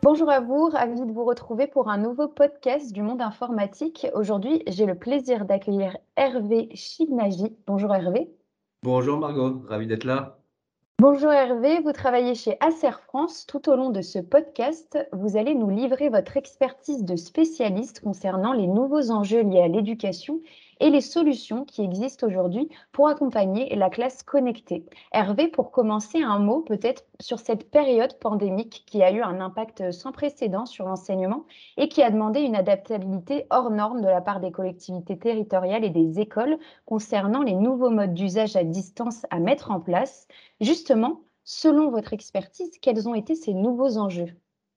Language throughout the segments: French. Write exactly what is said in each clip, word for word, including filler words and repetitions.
Bonjour à vous, ravie de vous retrouver pour un nouveau podcast du monde informatique. Aujourd'hui, j'ai le plaisir d'accueillir Hervé Chilnagi. Bonjour Hervé. Bonjour Margot, ravi d'être là. Bonjour Hervé, vous travaillez chez Acer France. Tout au long de ce podcast, vous allez nous livrer votre expertise de spécialiste concernant les nouveaux enjeux liés à l'éducation et les solutions qui existent aujourd'hui pour accompagner la classe connectée. Hervé, pour commencer, un mot peut-être sur cette période pandémique qui a eu un impact sans précédent sur l'enseignement et qui a demandé une adaptabilité hors norme de la part des collectivités territoriales et des écoles concernant les nouveaux modes d'usage à distance à mettre en place. Justement, selon votre expertise, quels ont été ces nouveaux enjeux?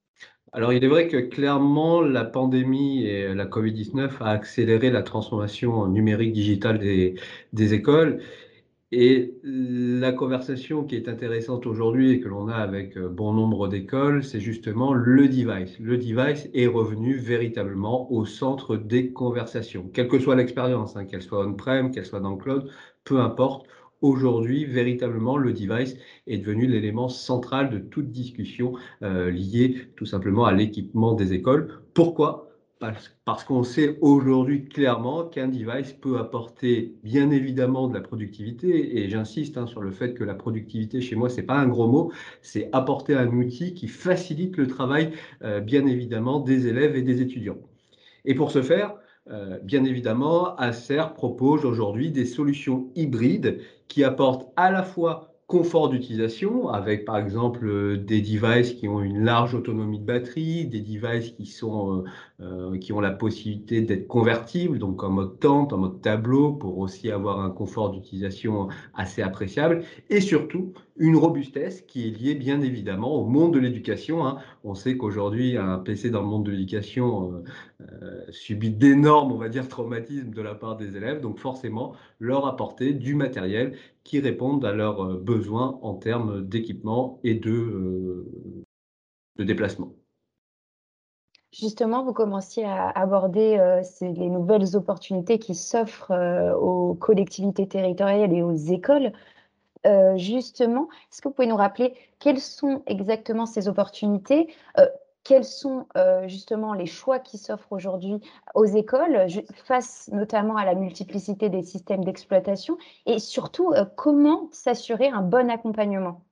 Alors il est vrai que clairement la pandémie et la covid dix-neuf a accéléré la transformation numérique digitale des, des écoles et la conversation qui est intéressante aujourd'hui et que l'on a avec euh, bon nombre d'écoles, c'est justement le device. Le device est revenu véritablement au centre des conversations, quelle que soit l'expérience, hein, qu'elle soit on-prem, qu'elle soit dans le cloud, peu importe. Aujourd'hui, véritablement, le device est devenu l'élément central de toute discussion euh, liée tout simplement à l'équipement des écoles. Pourquoi? Parce, parce qu'on sait aujourd'hui clairement qu'un device peut apporter bien évidemment de la productivité, et j'insiste hein, sur le fait que la productivité chez moi, c'est pas un gros mot, c'est apporter un outil qui facilite le travail euh, bien évidemment des élèves et des étudiants. Et pour ce faire, euh, bien évidemment, Acer propose aujourd'hui des solutions hybrides qui apportent à la fois confort d'utilisation, avec par exemple euh, des devices qui ont une large autonomie de batterie, des devices qui, sont, euh, euh, qui ont la possibilité d'être convertibles, donc en mode tente, en mode tableau, pour aussi avoir un confort d'utilisation assez appréciable, et surtout une robustesse qui est liée bien évidemment au monde de l'éducation, hein. On sait qu'aujourd'hui, un P C dans le monde de l'éducation euh, euh, subit d'énormes, on va dire, traumatismes de la part des élèves, donc forcément leur apporter du matériel qui réponde à leurs euh, besoins en termes d'équipement et de, euh, de déplacement. Justement, vous commenciez à aborder, heu, ces les nouvelles opportunités qui s'offrent, heu, aux collectivités territoriales et aux écoles. Heu, justement, est-ce que vous pouvez nous rappeler quelles sont exactement ces opportunités? Heu, quels sont, heu, justement les choix qui s'offrent aujourd'hui aux écoles, ju face notamment à la multiplicité des systèmes d'exploitation? Et surtout, heu, comment s'assurer un bon accompagnement?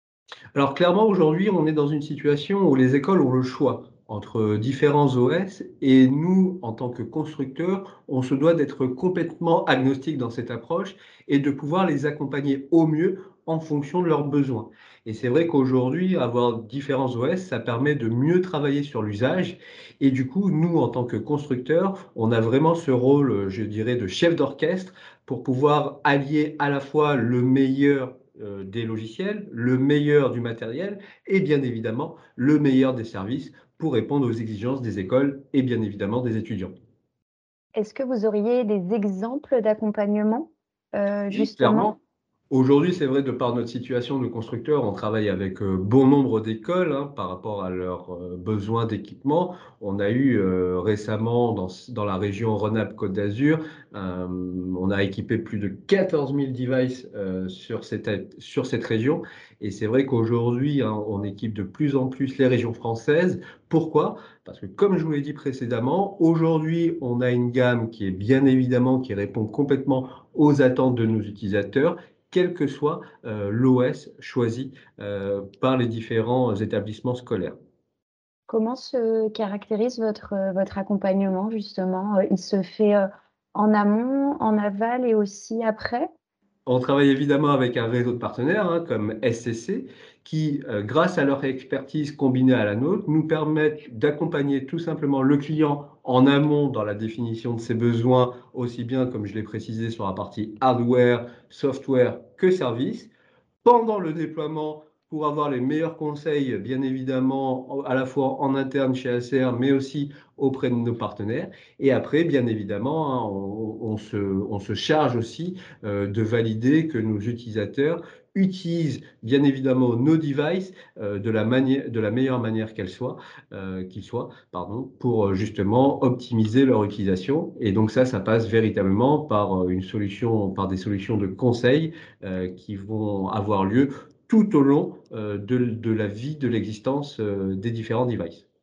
Alors clairement, aujourd'hui, on est dans une situation où les écoles ont le choix entre différents O S et nous, en tant que constructeurs, on se doit d'être complètement agnostique dans cette approche et de pouvoir les accompagner au mieux en fonction de leurs besoins. Et c'est vrai qu'aujourd'hui, avoir différents O S, ça permet de mieux travailler sur l'usage. Et du coup, nous, en tant que constructeurs, on a vraiment ce rôle, je dirais, de chef d'orchestre pour pouvoir allier à la fois le meilleur euh, des logiciels, le meilleur du matériel et bien évidemment le meilleur des services pour répondre aux exigences des écoles et bien évidemment des étudiants. Est-ce que vous auriez des exemples d'accompagnement, heu, Oui, justement? clairement. Aujourd'hui, c'est vrai, de par notre situation de constructeur, on travaille avec euh, bon nombre d'écoles hein, par rapport à leurs euh, besoins d'équipement. On a eu euh, récemment dans, dans la région Rhône-Alpes-Côte d'Azur, euh, on a équipé plus de quatorze mille devices euh, sur cette, sur cette région. Et c'est vrai qu'aujourd'hui, hein, on équipe de plus en plus les régions françaises. Pourquoi? Parce que comme je vous l'ai dit précédemment, aujourd'hui, on a une gamme qui est bien évidemment, qui répond complètement aux attentes de nos utilisateurs, quel que soit euh, l'O S choisi euh, par les différents établissements scolaires. Comment se caractérise votre, heu, votre accompagnement justement? Heu, il se fait, heu, en amont, en aval et aussi après? On travaille évidemment avec un réseau de partenaires hein, comme S C C qui, euh, grâce à leur expertise combinée à la nôtre, nous permettent d'accompagner tout simplement le client en amont dans la définition de ses besoins, aussi bien, comme je l'ai précisé, sur la partie hardware, software que service, pendant le déploiement pour avoir les meilleurs conseils, bien évidemment, à la fois en interne chez Acer, mais aussi auprès de nos partenaires. Et après, bien évidemment, hein, on, on, se, on se charge aussi euh, de valider que nos utilisateurs utilisent bien évidemment nos devices euh, de, la manière, de la meilleure manière qu'elle soit, euh, qu'ils soient, pardon, pour euh, justement optimiser leur utilisation. Et donc ça, ça passe véritablement par euh, une solution, par des solutions de conseil euh, qui vont avoir lieu tout au long euh, de, de la vie de l'existence euh, des différents devices.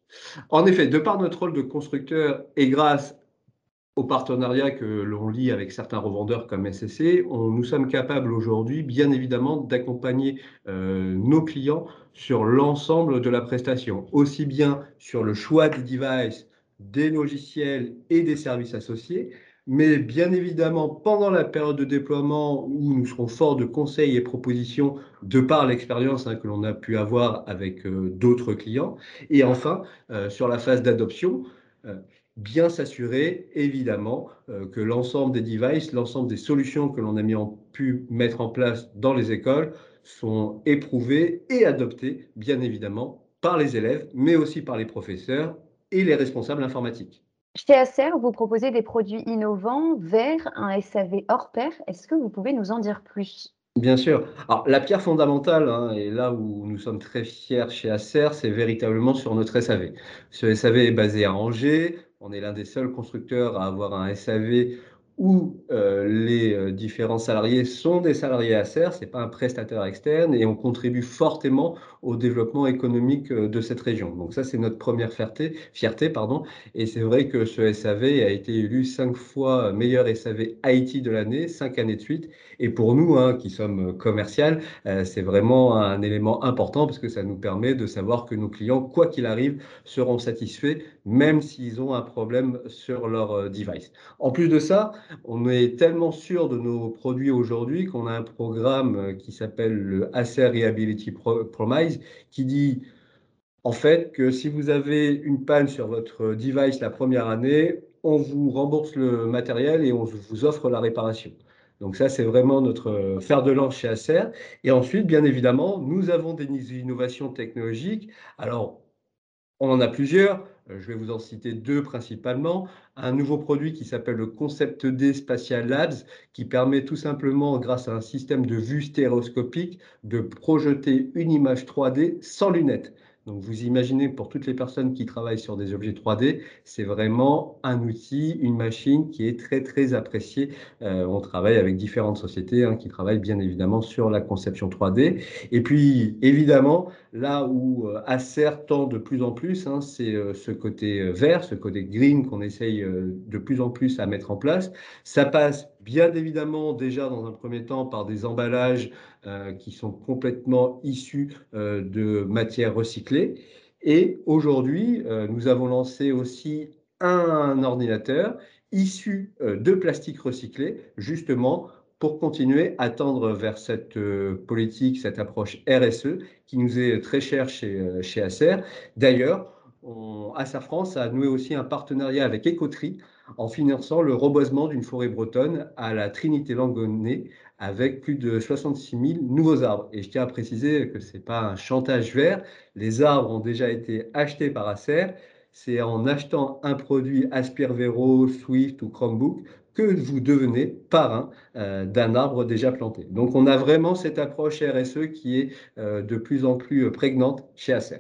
En effet, de par notre rôle de constructeur et grâce au partenariat que l'on lie avec certains revendeurs comme S S C, on nous sommes capables aujourd'hui, bien évidemment, d'accompagner, heu, nos clients sur l'ensemble de la prestation. Aussi bien sur le choix des devices, des logiciels et des services associés, mais bien évidemment pendant la période de déploiement où nous serons forts de conseils et propositions de par l'expérience, hein, que l'on a pu avoir avec, heu, d'autres clients. Et enfin, heu, sur la phase d'adoption, heu bien s'assurer évidemment euh, que l'ensemble des devices, l'ensemble des solutions que l'on a mis en, pu mettre en place dans les écoles sont éprouvées et adoptées, bien évidemment, par les élèves, mais aussi par les professeurs et les responsables informatiques. Chez Acer, vous proposez des produits innovants, verts, un S A V hors pair. Est-ce que vous pouvez nous en dire plus? Bien sûr. Alors, la pierre fondamentale, hein, et là où nous sommes très fiers chez Acer, c'est véritablement sur notre S A V. Ce S A V est basé à Angers. On est l'un des seuls constructeurs à avoir un S A V où euh, les euh, différents salariés sont des salariés Acer. C'est pas un prestataire externe et on contribue fortement au développement économique euh, de cette région. Donc ça, c'est notre première fierté, fierté, pardon. Et c'est vrai que ce S A V a été élu cinq fois meilleur S A V I T de l'année, cinq années de suite. Et pour nous, hein, qui sommes commerciales, heu, c'est vraiment un élément important parce que ça nous permet de savoir que nos clients, quoi qu'il arrive, seront satisfaits, même s'ils ont un problème sur leur, heu, device. En plus de ça, on est tellement sûr de nos produits aujourd'hui qu'on a un programme, heu, qui s'appelle le Acer Reliability Pro Promise, qui dit en fait, que si vous avez une panne sur votre device la première année, on vous rembourse le matériel et on vous offre la réparation. Donc ça, c'est vraiment notre, heu, fer de lance chez Acer. Et ensuite, bien évidemment, nous avons des innovations technologiques. Alors, on en a plusieurs, heu, je vais vous en citer deux principalement. Un nouveau produit qui s'appelle le Concept D Spatial Labs, qui permet tout simplement, grâce à un système de vue stéréoscopique, de projeter une image trois D sans lunettes. Donc vous imaginez, pour toutes les personnes qui travaillent sur des objets trois D, c'est vraiment un outil, une machine qui est très, très appréciée. Heu, on travaille avec différentes sociétés, hein, qui travaillent bien évidemment sur la conception trois D. Et puis évidemment, là où euh, Acer tend de plus en plus, hein, c'est euh, ce côté euh, vert, ce côté green qu'on essaye euh, de plus en plus à mettre en place. Ça passe bien évidemment déjà dans un premier temps par des emballages euh, qui sont complètement issus euh, de matières recyclées. Et aujourd'hui, euh, nous avons lancé aussi un ordinateur issu euh, de plastique recyclé, justement pour continuer à tendre vers cette euh, politique, cette approche R S E qui nous est très chère chez, euh, chez Acer. D'ailleurs, on, Acer France a noué aussi un partenariat avec Écoterie en finançant le reboisement d'une forêt bretonne à la Trinité-Langonnet avec plus de soixante-six mille nouveaux arbres. Et je tiens à préciser que ce n'est pas un chantage vert, les arbres ont déjà été achetés par Acer. C'est en achetant un produit Aspire-Véro, Swift ou Chromebook que vous devenez parrain euh, d'un arbre déjà planté. Donc on a vraiment cette approche R S E qui est euh, de plus en plus prégnante chez Acer.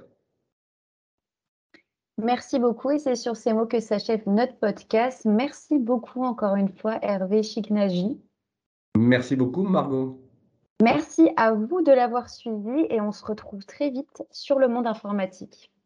Merci beaucoup et c'est sur ces mots que s'achève notre podcast. Merci beaucoup encore une fois, Hervé Chiknagy. Merci beaucoup, Margot. Merci à vous de l'avoir suivi et on se retrouve très vite sur le monde informatique.